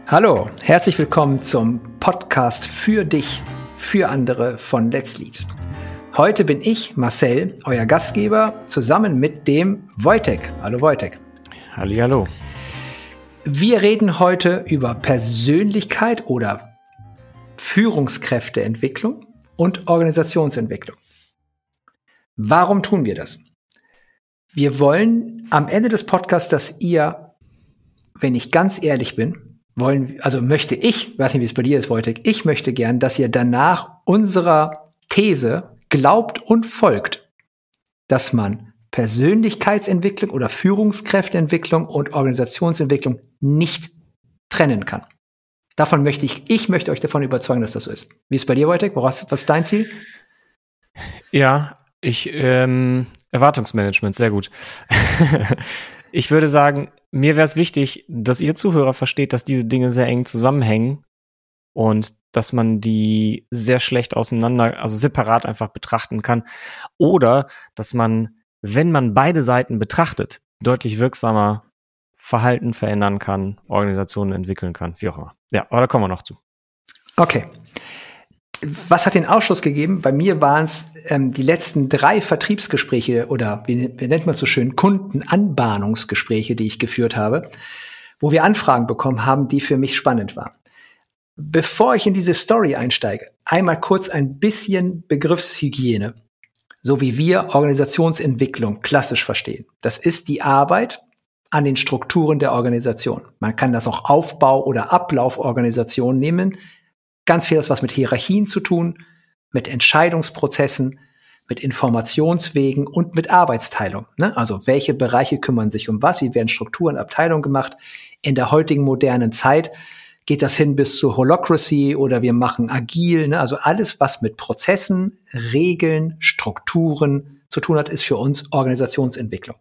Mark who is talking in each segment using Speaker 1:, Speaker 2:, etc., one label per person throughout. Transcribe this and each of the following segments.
Speaker 1: Hallo, herzlich willkommen zum Podcast für dich, für andere von Let's Lead. Heute bin ich, Marcel, euer Gastgeber, zusammen mit dem Wojtek. Hallo Wojtek.
Speaker 2: Hallihallo.
Speaker 1: Wir reden heute über Persönlichkeit oder Führungskräfteentwicklung und Organisationsentwicklung. Warum tun wir das? Wir wollen am Ende des Podcasts, dass ihr, wenn ich ganz ehrlich bin, möchte ich, weiß nicht, wie es bei dir ist, Wojtek, ich möchte gern, dass ihr danach unserer These glaubt und folgt, dass man Persönlichkeitsentwicklung oder Führungskräfteentwicklung und Organisationsentwicklung nicht trennen kann. Davon möchte ich möchte euch davon überzeugen, dass das so ist. Wie ist es bei dir, Wojtek? Was ist dein Ziel?
Speaker 2: Ja, Erwartungsmanagement, sehr gut. Ich würde sagen, mir wäre es wichtig, dass ihr Zuhörer versteht, dass diese Dinge sehr eng zusammenhängen und dass man die sehr schlecht also separat einfach betrachten kann. Oder dass man, wenn man beide Seiten betrachtet, deutlich wirksamer Verhalten verändern kann, Organisationen entwickeln kann, wie auch immer. Ja, aber da kommen wir noch zu.
Speaker 1: Okay. Was hat den Ausschluss gegeben? Bei mir waren es die letzten 3 Vertriebsgespräche oder wie nennt man es so schön, Kundenanbahnungsgespräche, die ich geführt habe, wo wir Anfragen bekommen haben, die für mich spannend waren. Bevor ich in diese Story einsteige, einmal kurz ein bisschen Begriffshygiene, so wie wir Organisationsentwicklung klassisch verstehen. Das ist die Arbeit an den Strukturen der Organisation. Man kann das auch Aufbau- oder Ablauforganisation nehmen. Ganz viel hat was mit Hierarchien zu tun, mit Entscheidungsprozessen, mit Informationswegen und mit Arbeitsteilung. Also welche Bereiche kümmern sich um was, wie werden Strukturen, Abteilungen gemacht. In der heutigen modernen Zeit geht das hin bis zu Holacracy oder wir machen agil. Also alles, was mit Prozessen, Regeln, Strukturen zu tun hat, ist für uns Organisationsentwicklung.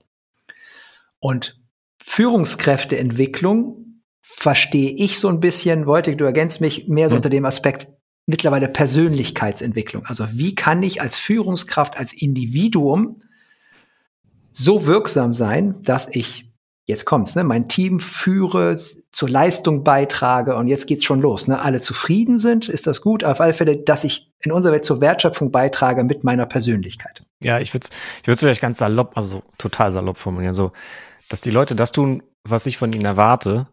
Speaker 1: Und Führungskräfteentwicklung verstehe ich so ein bisschen, Wojtek, du ergänzt mich, mehr so unter dem Aspekt mittlerweile Persönlichkeitsentwicklung. Also wie kann ich als Führungskraft, als Individuum so wirksam sein, dass ich, jetzt kommt's, mein Team führe, zur Leistung beitrage und jetzt geht's schon los. Alle zufrieden sind, ist das gut. Auf alle Fälle, dass ich in unserer Welt zur Wertschöpfung beitrage mit meiner Persönlichkeit.
Speaker 2: Ja, ich würde es vielleicht ganz salopp, also total salopp formulieren, so, dass die Leute das tun, was ich von ihnen erwarte,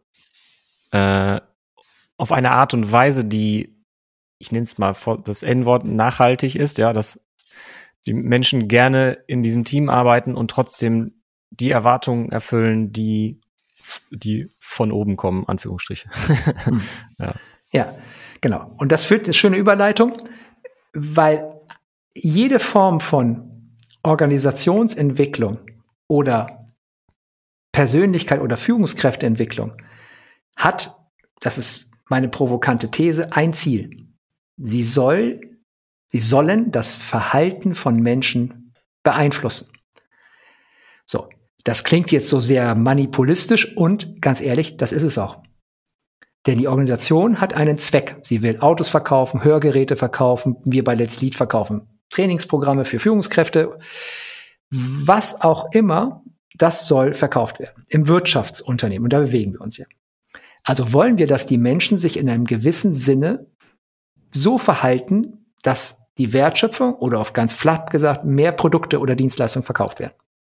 Speaker 2: auf eine Art und Weise, die, ich nenne es mal das N-Wort, nachhaltig ist, ja, dass die Menschen gerne in diesem Team arbeiten und trotzdem die Erwartungen erfüllen, die von oben kommen, Anführungsstriche.
Speaker 1: Ja, genau. Und das führt eine schöne Überleitung, weil jede Form von Organisationsentwicklung oder Persönlichkeit oder Führungskräfteentwicklung hat, das ist meine provokante These, ein Ziel. Sie sollen das Verhalten von Menschen beeinflussen. So, das klingt jetzt so sehr manipulistisch und ganz ehrlich, das ist es auch. Denn die Organisation hat einen Zweck. Sie will Autos verkaufen, Hörgeräte verkaufen, wir bei Let's Lead verkaufen Trainingsprogramme für Führungskräfte, was auch immer, das soll verkauft werden im Wirtschaftsunternehmen und da bewegen wir uns ja. Also wollen wir, dass die Menschen sich in einem gewissen Sinne so verhalten, dass die Wertschöpfung oder auf ganz flatt gesagt mehr Produkte oder Dienstleistungen verkauft werden.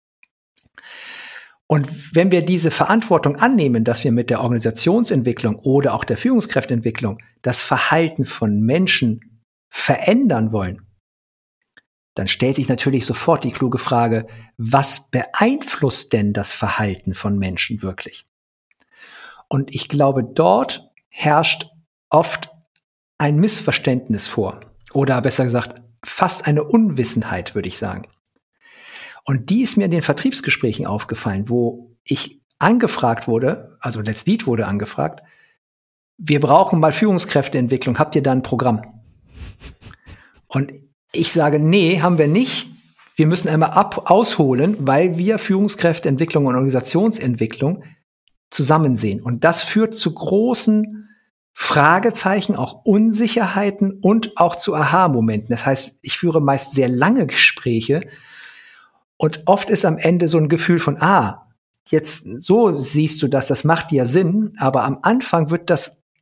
Speaker 1: Und wenn wir diese Verantwortung annehmen, dass wir mit der Organisationsentwicklung oder auch der Führungskräfteentwicklung das Verhalten von Menschen verändern wollen, dann stellt sich natürlich sofort die kluge Frage, was beeinflusst denn das Verhalten von Menschen wirklich? Und ich glaube, dort herrscht oft ein Missverständnis vor. Oder besser gesagt, fast eine Unwissenheit, würde ich sagen. Und die ist mir in den Vertriebsgesprächen aufgefallen, wo ich angefragt wurde, also Let's Lead wurde angefragt, wir brauchen mal Führungskräfteentwicklung, habt ihr da ein Programm? Und ich sage, nee, haben wir nicht. Wir müssen einmal ausholen, weil wir Führungskräfteentwicklung und Organisationsentwicklung zusammen sehen. Und das führt zu großen Fragezeichen, auch Unsicherheiten und auch zu Aha-Momenten. Das heißt, ich führe meist sehr lange Gespräche und oft ist am Ende so ein Gefühl von, jetzt so siehst du das macht ja Sinn, aber am Anfang wird das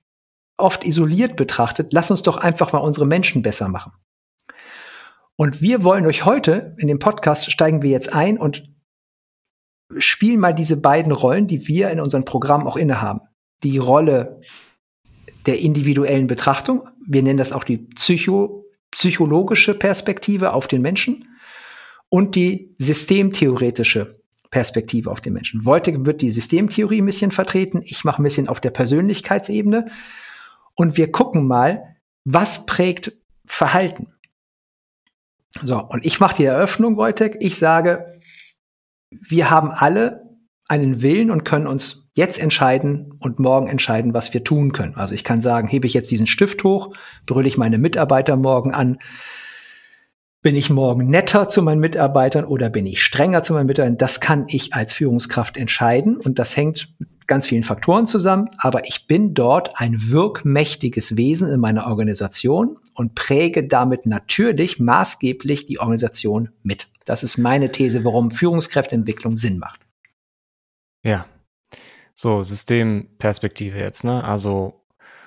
Speaker 1: oft isoliert betrachtet, lass uns doch einfach mal unsere Menschen besser machen. Und wir wollen euch heute, in dem Podcast steigen wir jetzt ein und spielen mal diese beiden Rollen, die wir in unserem Programm auch innehaben. Die Rolle der individuellen Betrachtung, wir nennen das auch die psychologische Perspektive auf den Menschen und die systemtheoretische Perspektive auf den Menschen. Wojtek wird die Systemtheorie ein bisschen vertreten, ich mache ein bisschen auf der Persönlichkeitsebene und wir gucken mal, was prägt Verhalten. So, und ich mache die Eröffnung, Wojtek. Ich sage, wir haben alle einen Willen und können uns jetzt entscheiden und morgen entscheiden, was wir tun können. Also ich kann sagen, hebe ich jetzt diesen Stift hoch, brülle ich meine Mitarbeiter morgen an, bin ich morgen netter zu meinen Mitarbeitern oder bin ich strenger zu meinen Mitarbeitern? Das kann ich als Führungskraft entscheiden und das hängt mit ganz vielen Faktoren zusammen. Aber ich bin dort ein wirkmächtiges Wesen in meiner Organisation und präge damit natürlich maßgeblich die Organisation mit. Das ist meine These, warum Führungskräfteentwicklung Sinn macht.
Speaker 2: Ja, so Systemperspektive jetzt, ne? Also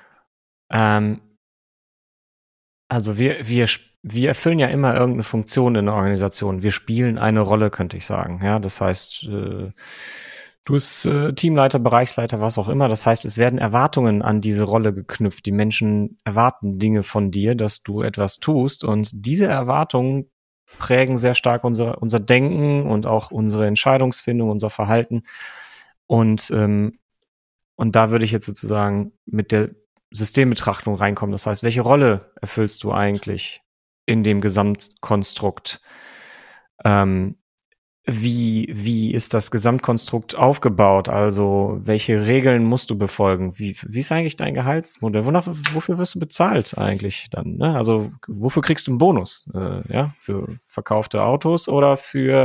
Speaker 2: wir erfüllen ja immer irgendeine Funktion in der Organisation. Wir spielen eine Rolle, könnte ich sagen. Ja, das heißt, du bist Teamleiter, Bereichsleiter, was auch immer. Das heißt, es werden Erwartungen an diese Rolle geknüpft. Die Menschen erwarten Dinge von dir, dass du etwas tust. Und diese Erwartungen prägen sehr stark unser Denken und auch unsere Entscheidungsfindung, unser Verhalten. Und da würde ich jetzt sozusagen mit der Systembetrachtung reinkommen. Das heißt, welche Rolle erfüllst du eigentlich in dem Gesamtkonstrukt? Wie ist das Gesamtkonstrukt aufgebaut? Also welche Regeln musst du befolgen? Wie ist eigentlich dein Gehaltsmodell? Wofür wirst du bezahlt eigentlich dann? Ne? Also wofür kriegst du einen Bonus? Für verkaufte Autos oder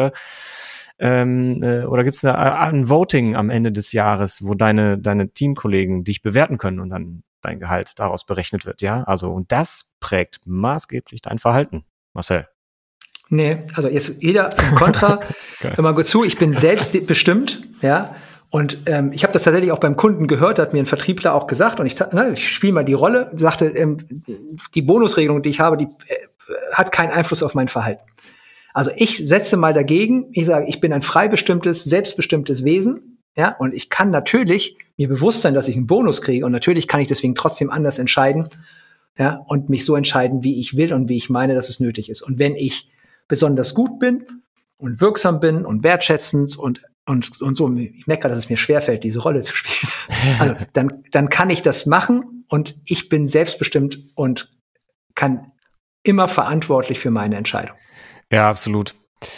Speaker 2: oder gibt es ein Voting am Ende des Jahres, wo deine Teamkollegen dich bewerten können und dann dein Gehalt daraus berechnet wird, ja? Also, und das prägt maßgeblich dein Verhalten, Marcel.
Speaker 1: Nee, also jetzt jeder im Kontra, hör mal gut zu, ich bin selbstbestimmt, ja, und ich habe das tatsächlich auch beim Kunden gehört, hat mir ein Vertriebler auch gesagt und ich spiele mal die Rolle, sagte, die Bonusregelung, die ich habe, die hat keinen Einfluss auf mein Verhalten. Also ich setze mal dagegen, ich sage, ich bin ein frei bestimmtes, selbstbestimmtes Wesen, ja, und ich kann natürlich mir bewusst sein, dass ich einen Bonus kriege und natürlich kann ich deswegen trotzdem anders entscheiden, ja, und mich so entscheiden, wie ich will und wie ich meine, dass es nötig ist. Und wenn ich besonders gut bin und wirksam bin und wertschätzend und so, ich merke gerade, dass es mir schwerfällt, diese Rolle zu spielen, also dann kann ich das machen und ich bin selbstbestimmt und kann immer verantwortlich für meine Entscheidung.
Speaker 2: Ja, absolut.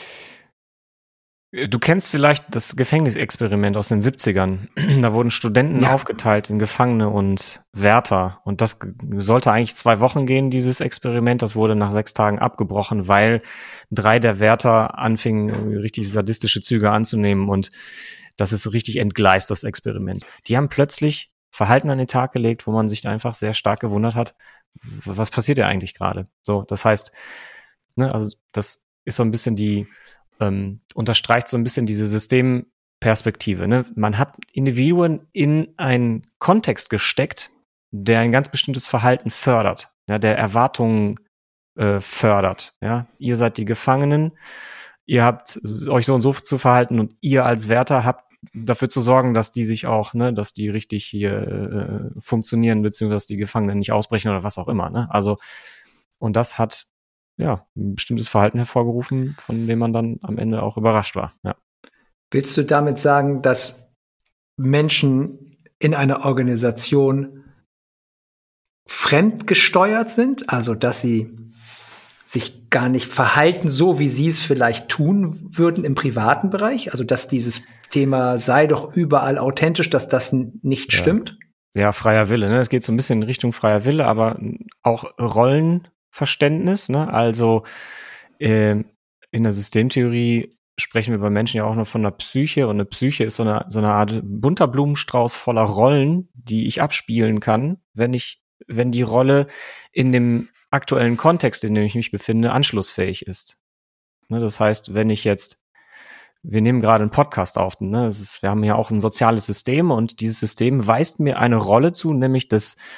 Speaker 2: Du kennst vielleicht das Gefängnisexperiment aus den 70ern. Da wurden Studenten aufgeteilt in Gefangene und Wärter. Und das sollte eigentlich 2 Wochen gehen, dieses Experiment. Das wurde nach 6 Tagen abgebrochen, weil 3 der Wärter anfingen, richtig sadistische Züge anzunehmen. Und das ist richtig entgleist, das Experiment. Die haben plötzlich Verhalten an den Tag gelegt, wo man sich da einfach sehr stark gewundert hat, was passiert ja eigentlich gerade? So, das heißt, ne, also das ist so ein bisschen unterstreicht so ein bisschen diese Systemperspektive. Ne? Man hat Individuen in einen Kontext gesteckt, der ein ganz bestimmtes Verhalten fördert, ja, der Erwartungen fördert. Ja? Ihr seid die Gefangenen, ihr habt euch so und so zu verhalten und ihr als Wärter habt dafür zu sorgen, dass die sich auch, ne, dass die richtig hier funktionieren, beziehungsweise dass die Gefangenen nicht ausbrechen oder was auch immer. Ne? Also, und das hat ein bestimmtes Verhalten hervorgerufen, von dem man dann am Ende auch überrascht war. Ja.
Speaker 1: Willst du damit sagen, dass Menschen in einer Organisation fremdgesteuert sind? Also, dass sie sich gar nicht verhalten, so wie sie es vielleicht tun würden im privaten Bereich? Also, dass dieses Thema sei doch überall authentisch, dass das nicht stimmt?
Speaker 2: Ja, freier Wille. Ne? Es geht so ein bisschen in Richtung freier Wille, aber auch Rollenverständnis. Ne? Also in der Systemtheorie sprechen wir bei Menschen ja auch noch von einer Psyche. Und eine Psyche ist so eine Art bunter Blumenstrauß voller Rollen, die ich abspielen kann, wenn die Rolle in dem aktuellen Kontext, in dem ich mich befinde, anschlussfähig ist. Ne? Das heißt, wir nehmen gerade einen Podcast auf, ne? Wir haben ja auch ein soziales System und dieses System weist mir eine Rolle zu, nämlich des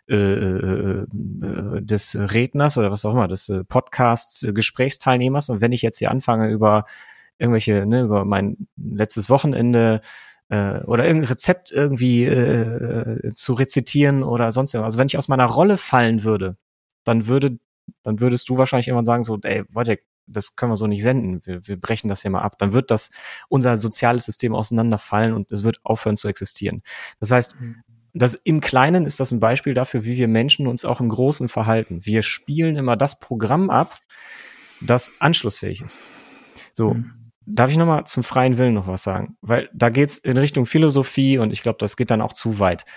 Speaker 2: des Redners oder was auch immer, des Podcasts, Gesprächsteilnehmers. Und wenn ich jetzt hier anfange über irgendwelche, ne, über mein letztes Wochenende oder irgendein Rezept irgendwie zu rezitieren oder sonst irgendwas. Also wenn ich aus meiner Rolle fallen würde, dann würdest du wahrscheinlich irgendwann sagen so, ey, Wojtek, das können wir so nicht senden. Wir brechen das hier mal ab. Dann wird unser soziales System auseinanderfallen und es wird aufhören zu existieren. Das heißt, im Kleinen ist das ein Beispiel dafür, wie wir Menschen uns auch im Großen verhalten. Wir spielen immer das Programm ab, das anschlussfähig ist. So, darf ich nochmal zum freien Willen noch was sagen? Weil da geht's in Richtung Philosophie und ich glaube, das geht dann auch zu weit.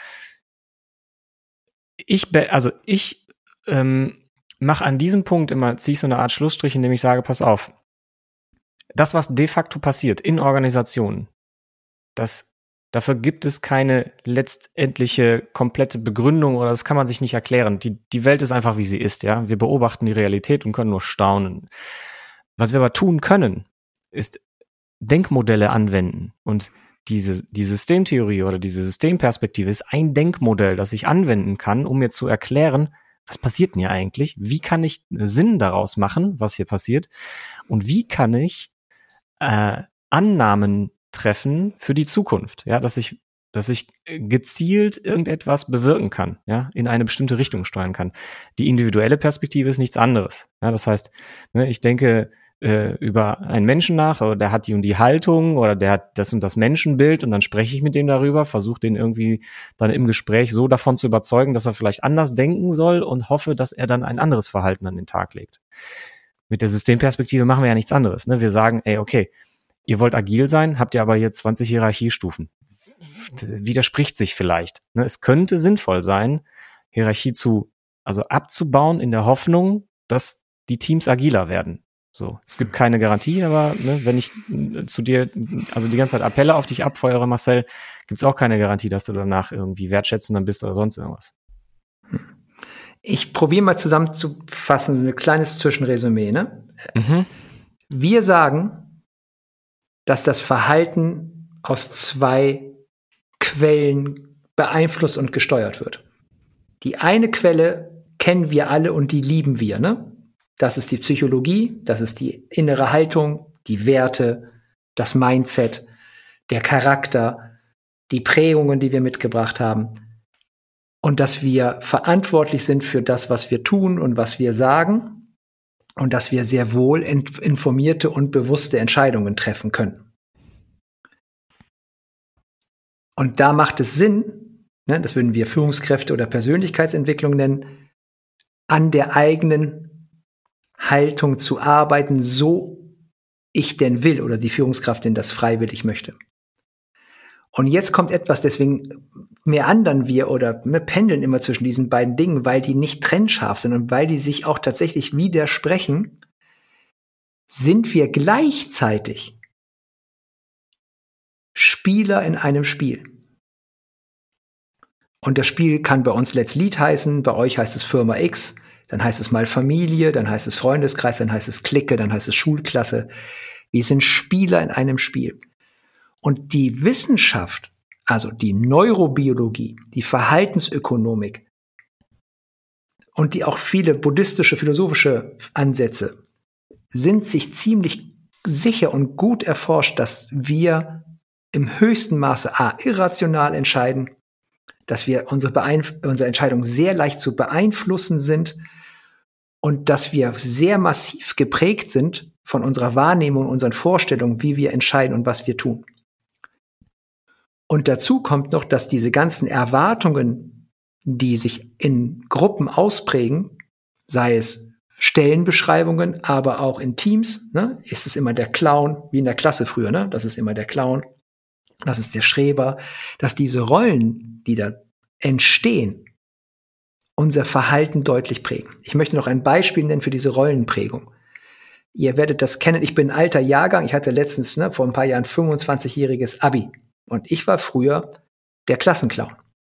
Speaker 2: Ich mache an diesem Punkt immer, ziehe ich so eine Art Schlussstrich, indem ich sage, pass auf, das, was de facto passiert in Organisationen, dafür gibt es keine letztendliche komplette Begründung oder das kann man sich nicht erklären. Die Welt ist einfach, wie sie ist, ja. Wir beobachten die Realität und können nur staunen. Was wir aber tun können, ist Denkmodelle anwenden. Und die Systemtheorie oder diese Systemperspektive ist ein Denkmodell, das ich anwenden kann, um mir zu erklären, was passiert denn hier eigentlich? Wie kann ich Sinn daraus machen, was hier passiert? Und wie kann ich Annahmen treffen für die Zukunft? Ja, dass ich gezielt irgendetwas bewirken kann, ja, in eine bestimmte Richtung steuern kann. Die individuelle Perspektive ist nichts anderes. Ja, das heißt, ne, ich denke über einen Menschen nach, oder der hat die und die Haltung oder der hat das und das Menschenbild und dann spreche ich mit dem darüber, versuche den irgendwie dann im Gespräch so davon zu überzeugen, dass er vielleicht anders denken soll und hoffe, dass er dann ein anderes Verhalten an den Tag legt. Mit der Systemperspektive machen wir ja nichts anderes. Ne? Wir sagen, ey, okay, ihr wollt agil sein, habt ihr aber hier 20 Hierarchiestufen. Das widerspricht sich vielleicht. Ne? Es könnte sinnvoll sein, Hierarchie abzubauen in der Hoffnung, dass die Teams agiler werden. So, es gibt keine Garantie, aber ne, wenn ich zu dir, also die ganze Zeit Appelle auf dich abfeuere, Marcel, gibt es auch keine Garantie, dass du danach irgendwie wertschätzender bist oder sonst irgendwas.
Speaker 1: Ich probiere mal zusammenzufassen, ein kleines Zwischenresümee. Ne? Wir sagen, dass das Verhalten aus 2 Quellen beeinflusst und gesteuert wird. Die eine Quelle kennen wir alle und die lieben wir, ne? Das ist die Psychologie, das ist die innere Haltung, die Werte, das Mindset, der Charakter, die Prägungen, die wir mitgebracht haben. Und dass wir verantwortlich sind für das, was wir tun und was wir sagen. Und dass wir sehr wohl informierte und bewusste Entscheidungen treffen können. Und da macht es Sinn, ne, das würden wir Führungskräfte oder Persönlichkeitsentwicklung nennen, an der eigenen Haltung zu arbeiten, so ich denn will oder die Führungskraft denn das freiwillig möchte. Und jetzt kommt etwas, deswegen meandern wir oder pendeln immer zwischen diesen beiden Dingen, weil die nicht trennscharf sind und weil die sich auch tatsächlich widersprechen, sind wir gleichzeitig Spieler in einem Spiel. Und das Spiel kann bei uns Let's Lead heißen, bei euch heißt es Firma X, dann heißt es mal Familie, dann heißt es Freundeskreis, dann heißt es Clique, dann heißt es Schulklasse. Wir sind Spieler in einem Spiel. Und die Wissenschaft, also die Neurobiologie, die Verhaltensökonomik und die auch viele buddhistische, philosophische Ansätze sind sich ziemlich sicher und gut erforscht, dass wir im höchsten Maße irrational entscheiden, dass wir unsere Entscheidungen sehr leicht zu beeinflussen sind und dass wir sehr massiv geprägt sind von unserer Wahrnehmung, unseren Vorstellungen, wie wir entscheiden und was wir tun. Und dazu kommt noch, dass diese ganzen Erwartungen, die sich in Gruppen ausprägen, sei es Stellenbeschreibungen, aber auch in Teams, ne, ist es immer der Clown, wie in der Klasse früher, ne, das ist immer der Clown, das ist der Schreber, dass diese Rollen, die da entstehen, unser Verhalten deutlich prägen. Ich möchte noch ein Beispiel nennen für diese Rollenprägung. Ihr werdet das kennen. Ich bin ein alter Jahrgang. Ich hatte letztens, vor ein paar Jahren 25-jähriges Abi. Und ich war früher der Klassenclown.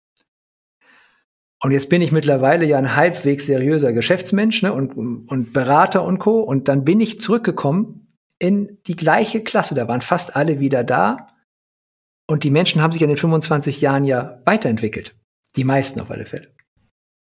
Speaker 1: Und jetzt bin ich mittlerweile ja ein halbwegs seriöser Geschäftsmensch, ne, und Berater und Co. Und dann bin ich zurückgekommen in die gleiche Klasse. Da waren fast alle wieder da. Und die Menschen haben sich in den 25 Jahren ja weiterentwickelt. Die meisten auf alle Fälle.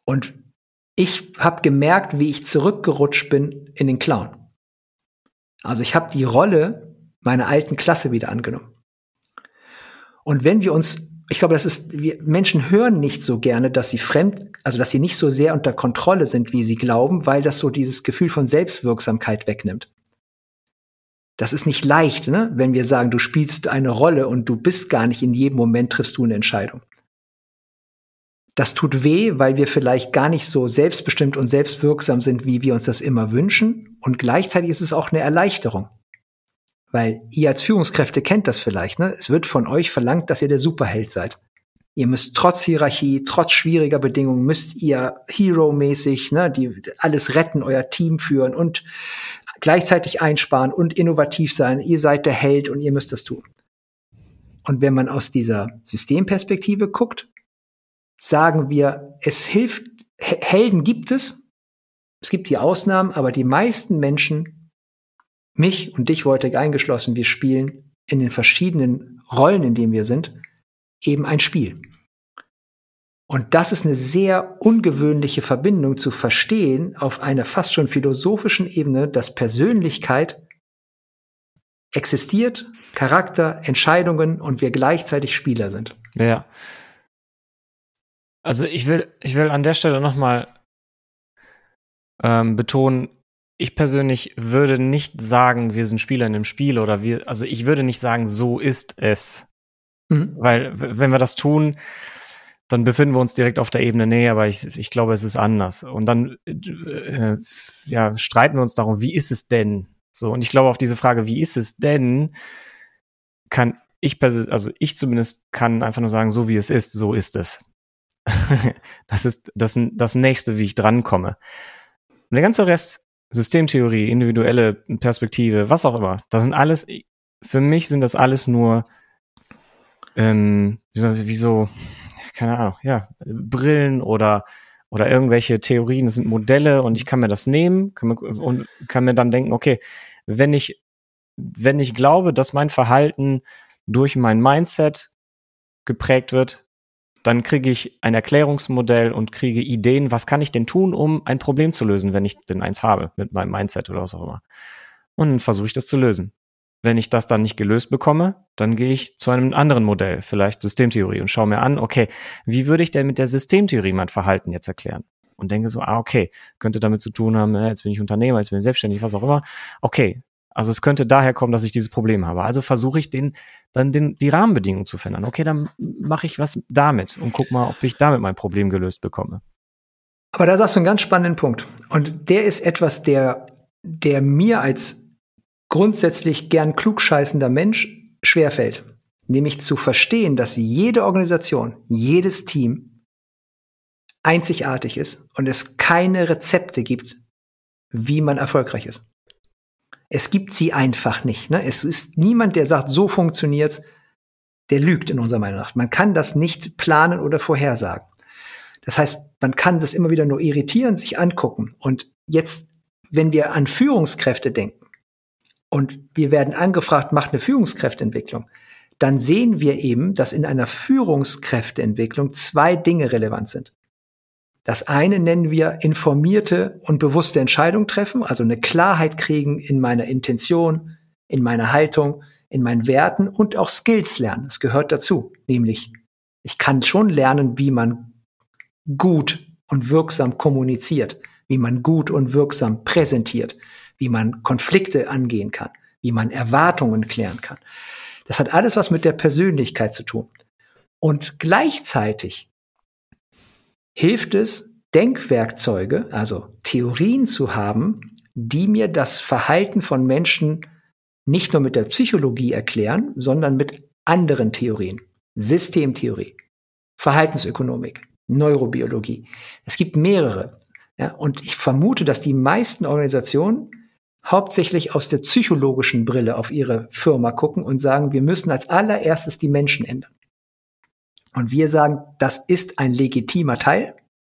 Speaker 1: Und ich habe gemerkt, wie ich zurückgerutscht bin in den Clown. Also ich habe die Rolle meiner alten Klasse wieder angenommen. Und wenn wir uns, ich glaube, wir Menschen hören nicht so gerne, dass sie nicht so sehr unter Kontrolle sind, wie sie glauben, weil das so dieses Gefühl von Selbstwirksamkeit wegnimmt. Das ist nicht leicht, ne? Wenn wir sagen, du spielst eine Rolle und du bist gar nicht in jedem Moment triffst du eine Entscheidung. Das tut weh, weil wir vielleicht gar nicht so selbstbestimmt und selbstwirksam sind, wie wir uns das immer wünschen. Und gleichzeitig ist es auch eine Erleichterung. Weil ihr als Führungskräfte kennt das vielleicht, ne? Es wird von euch verlangt, dass ihr der Superheld seid. Ihr müsst trotz Hierarchie, trotz schwieriger Bedingungen, müsst ihr Hero-mäßig, ne, alles retten, euer Team führen und gleichzeitig einsparen und innovativ sein. Ihr seid der Held und ihr müsst das tun. Und wenn man aus dieser Systemperspektive guckt, sagen wir, es hilft, Helden gibt es gibt die Ausnahmen, aber die meisten Menschen, mich und dich, Wojtek, eingeschlossen, wir spielen in den verschiedenen Rollen, in denen wir sind, eben ein Spiel. Und das ist eine sehr ungewöhnliche Verbindung zu verstehen auf einer fast schon philosophischen Ebene, dass Persönlichkeit existiert, Charakter, Entscheidungen und wir gleichzeitig Spieler sind.
Speaker 2: Ja. Also ich will an der Stelle nochmal betonen, ich persönlich würde nicht sagen, wir sind Spieler in einem Spiel oder ich würde nicht sagen, so ist es. Weil, wenn wir das tun, dann befinden wir uns direkt auf der Ebene, nee, aber ich glaube, es ist anders. Und dann streiten wir uns darum, wie ist es denn? So, und ich glaube, auf diese Frage, wie ist es denn, kann ich ich zumindest kann einfach nur sagen, so wie es ist, so ist es. Das ist das Nächste, wie ich drankomme. Und der ganze Rest, Systemtheorie, individuelle Perspektive, was auch immer, für mich sind das alles nur wie so, keine Ahnung, ja, Brillen oder irgendwelche Theorien, das sind Modelle und ich kann mir das nehmen und kann mir dann denken, okay, wenn ich glaube, dass mein Verhalten durch mein Mindset geprägt wird, dann kriege ich ein Erklärungsmodell und kriege Ideen, was kann ich denn tun, um ein Problem zu lösen, wenn ich denn eins habe mit meinem Mindset oder was auch immer. Und dann versuche ich das zu lösen. Wenn ich das dann nicht gelöst bekomme, dann gehe ich zu einem anderen Modell, vielleicht Systemtheorie, und schaue mir an, okay, wie würde ich denn mit der Systemtheorie mein Verhalten jetzt erklären? Und denke so, okay, könnte damit zu tun haben, jetzt bin ich Unternehmer, jetzt bin ich selbstständig, was auch immer. Okay, also es könnte daher kommen, dass ich dieses Problem habe. Also versuche ich die Rahmenbedingungen zu verändern. Okay, dann mache ich was damit und guck mal, ob ich damit mein Problem gelöst bekomme.
Speaker 1: Aber da sagst du einen ganz spannenden Punkt. Und der ist etwas, der mir als grundsätzlich gern klugscheißender Mensch schwerfällt. Nämlich zu verstehen, dass jede Organisation, jedes Team einzigartig ist und es keine Rezepte gibt, wie man erfolgreich ist. Es gibt sie einfach nicht. Ne? Es ist niemand, der sagt, so funktioniert's, der lügt in unserer Meinung nach. Man kann das nicht planen oder vorhersagen. Das heißt, man kann das immer wieder nur irritieren, sich angucken. Und jetzt, wenn wir an Führungskräfte denken und wir werden angefragt, macht eine Führungskräfteentwicklung, dann sehen wir eben, dass in einer Führungskräfteentwicklung 2 Dinge relevant sind. Das eine nennen wir informierte und bewusste Entscheidungen treffen, also eine Klarheit kriegen in meiner Intention, in meiner Haltung, in meinen Werten und auch Skills lernen. Das gehört dazu. Nämlich, ich kann schon lernen, wie man gut und wirksam kommuniziert, wie man gut und wirksam präsentiert, wie man Konflikte angehen kann, wie man Erwartungen klären kann. Das hat alles was mit der Persönlichkeit zu tun. Und gleichzeitig hilft es, Denkwerkzeuge, also Theorien zu haben, die mir das Verhalten von Menschen nicht nur mit der Psychologie erklären, sondern mit anderen Theorien. Systemtheorie, Verhaltensökonomik, Neurobiologie. Es gibt mehrere. Ja, und ich vermute, dass die meisten Organisationen hauptsächlich aus der psychologischen Brille auf ihre Firma gucken und sagen, wir müssen als allererstes die Menschen ändern. Und wir sagen, das ist ein legitimer Teil.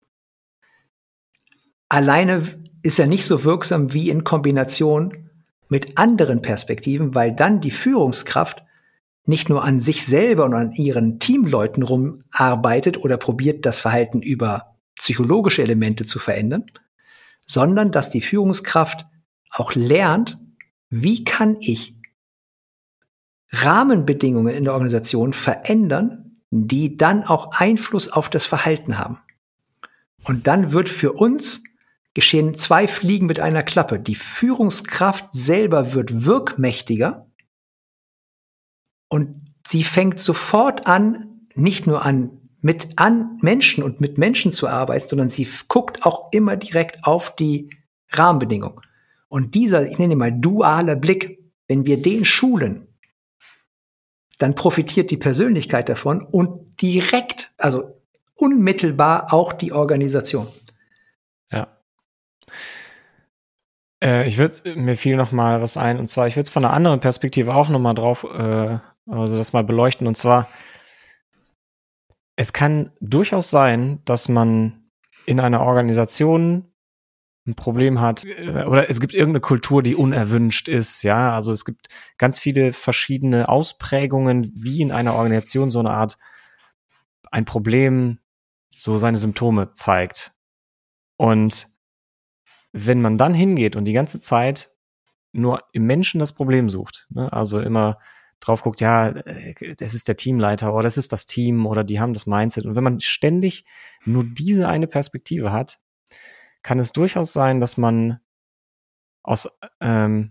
Speaker 1: Alleine ist er nicht so wirksam wie in Kombination mit anderen Perspektiven, weil dann die Führungskraft nicht nur an sich selber und an ihren Teamleuten rumarbeitet oder probiert, das Verhalten über psychologische Elemente zu verändern, sondern dass die Führungskraft auch lernt, wie kann ich Rahmenbedingungen in der Organisation verändern, die dann auch Einfluss auf das Verhalten haben. Und dann wird für uns geschehen 2 Fliegen mit einer Klappe. Die Führungskraft selber wird wirkmächtiger und sie fängt sofort an, nicht nur an Menschen und mit Menschen zu arbeiten, sondern sie guckt auch immer direkt auf die Rahmenbedingungen. Und dieser, ich nenne ihn mal dualer Blick, wenn wir den schulen, dann profitiert die Persönlichkeit davon und direkt, also unmittelbar auch die Organisation.
Speaker 2: Ja. Mir fiel noch mal was ein, und zwar, ich würde es von einer anderen Perspektive auch noch mal drauf, also das mal beleuchten, und zwar, es kann durchaus sein, dass man in einer Organisation ein Problem hat, oder es gibt irgendeine Kultur, die unerwünscht ist, ja, also es gibt ganz viele verschiedene Ausprägungen, wie in einer Organisation so eine Art ein Problem so seine Symptome zeigt. Und wenn man dann hingeht und die ganze Zeit nur im Menschen das Problem sucht, ne, also immer drauf guckt, ja, das ist der Teamleiter oder das ist das Team oder die haben das Mindset, und wenn man ständig nur diese eine Perspektive hat, kann es durchaus sein, dass man aus der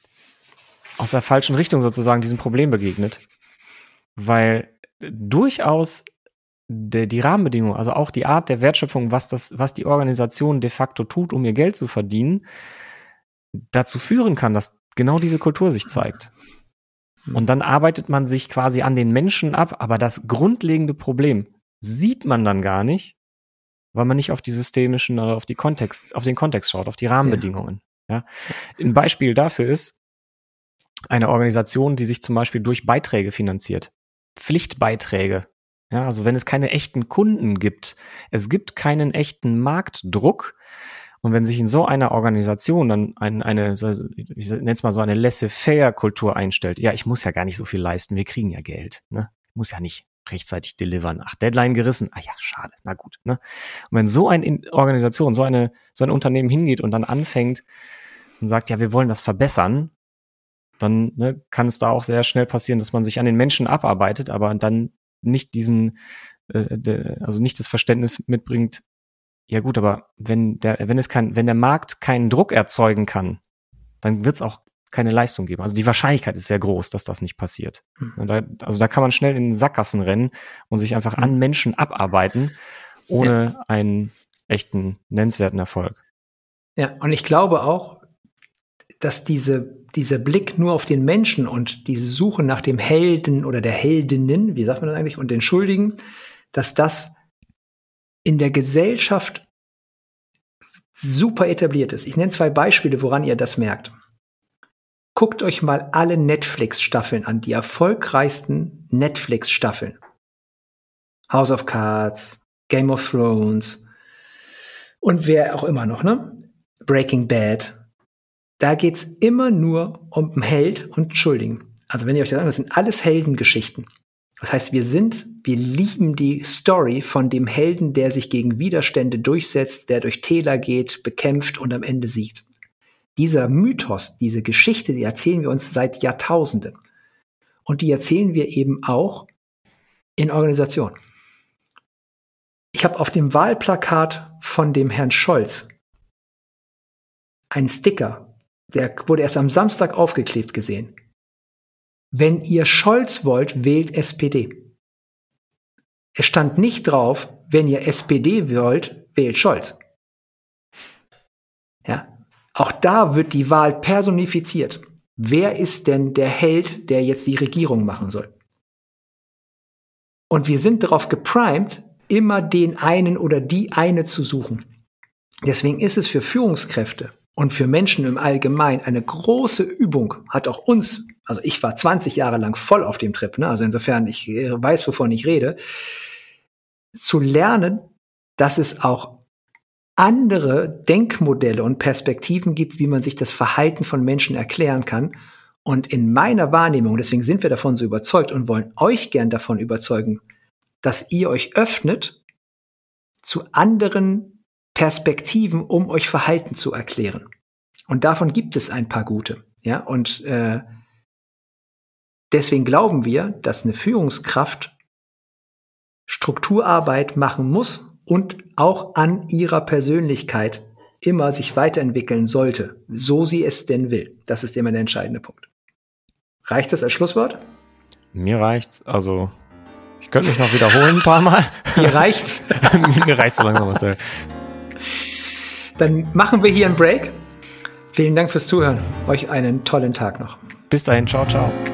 Speaker 2: falschen Richtung sozusagen diesem Problem begegnet, weil durchaus die Rahmenbedingungen, also auch die Art der Wertschöpfung, was die Organisation de facto tut, um ihr Geld zu verdienen, dazu führen kann, dass genau diese Kultur sich zeigt. Und dann arbeitet man sich quasi an den Menschen ab, aber das grundlegende Problem sieht man dann gar nicht, weil man nicht auf die systemischen oder auf den Kontext schaut, auf die Rahmenbedingungen. Ja. Ein Beispiel dafür ist eine Organisation, die sich zum Beispiel durch Beiträge finanziert. Pflichtbeiträge. Ja, also wenn es keine echten Kunden gibt, es gibt keinen echten Marktdruck, und wenn sich in so einer Organisation dann ich nenne es mal so eine Laissez-faire-Kultur einstellt, ja, ich muss ja gar nicht so viel leisten, wir kriegen ja Geld, ne? Ich muss ja nicht rechtzeitig delivern. Ach, Deadline gerissen. Ah ja, schade, na gut, ne? Und wenn so eine Organisation, so ein Unternehmen hingeht und dann anfängt und sagt, ja, wir wollen das verbessern, dann kann es da auch sehr schnell passieren, dass man sich an den Menschen abarbeitet, aber dann nicht also nicht das Verständnis mitbringt, ja gut, aber wenn der Markt keinen Druck erzeugen kann, dann wird es auch keine Leistung geben. Also die Wahrscheinlichkeit ist sehr groß, dass das nicht passiert. Da kann man schnell in Sackgassen rennen und sich einfach an Menschen abarbeiten, ohne einen echten, nennenswerten Erfolg.
Speaker 1: Ja, und ich glaube auch, dass dieser Blick nur auf den Menschen und diese Suche nach dem Helden oder der Heldinnen, wie sagt man das eigentlich, und den Schuldigen, dass das in der Gesellschaft super etabliert ist. Ich nenne 2 Beispiele, woran ihr das merkt. Guckt euch mal alle Netflix-Staffeln an, die erfolgreichsten Netflix-Staffeln. House of Cards, Game of Thrones und wer auch immer noch, ne? Breaking Bad. Da geht's immer nur um einen Held und einen Schuldigen. Also wenn ihr euch das sagt, das sind alles Heldengeschichten. Das heißt, wir lieben die Story von dem Helden, der sich gegen Widerstände durchsetzt, der durch Täler geht, bekämpft und am Ende siegt. Dieser Mythos, diese Geschichte, die erzählen wir uns seit Jahrtausenden. Und die erzählen wir eben auch in Organisationen. Ich habe auf dem Wahlplakat von dem Herrn Scholz einen Sticker, der wurde erst am Samstag aufgeklebt gesehen. Wenn ihr Scholz wollt, wählt SPD. Es stand nicht drauf, wenn ihr SPD wollt, wählt Scholz. Ja. Auch da wird die Wahl personifiziert. Wer ist denn der Held, der jetzt die Regierung machen soll? Und wir sind darauf geprimed, immer den einen oder die eine zu suchen. Deswegen ist es für Führungskräfte und für Menschen im Allgemeinen eine große Übung, hat auch uns, also ich war 20 Jahre lang voll auf dem Trip, ne? Also insofern, ich weiß, wovon ich rede, zu lernen, dass es auch andere Denkmodelle und Perspektiven gibt, wie man sich das Verhalten von Menschen erklären kann. Und in meiner Wahrnehmung, deswegen sind wir davon so überzeugt und wollen euch gern davon überzeugen, dass ihr euch öffnet zu anderen Perspektiven, um euch Verhalten zu erklären. Und davon gibt es ein paar gute. Ja, und deswegen glauben wir, dass eine Führungskraft Strukturarbeit machen muss und auch an ihrer Persönlichkeit immer sich weiterentwickeln sollte, so sie es denn will. Das ist immer der entscheidende Punkt. Reicht das als Schlusswort?
Speaker 2: Mir reicht's. Also, ich könnte mich noch wiederholen ein paar Mal.
Speaker 1: Mir reicht's.
Speaker 2: Mir reicht's so langsam.
Speaker 1: Dann machen wir hier einen Break. Vielen Dank fürs Zuhören. Euch einen tollen Tag noch.
Speaker 2: Bis dahin. Ciao, ciao.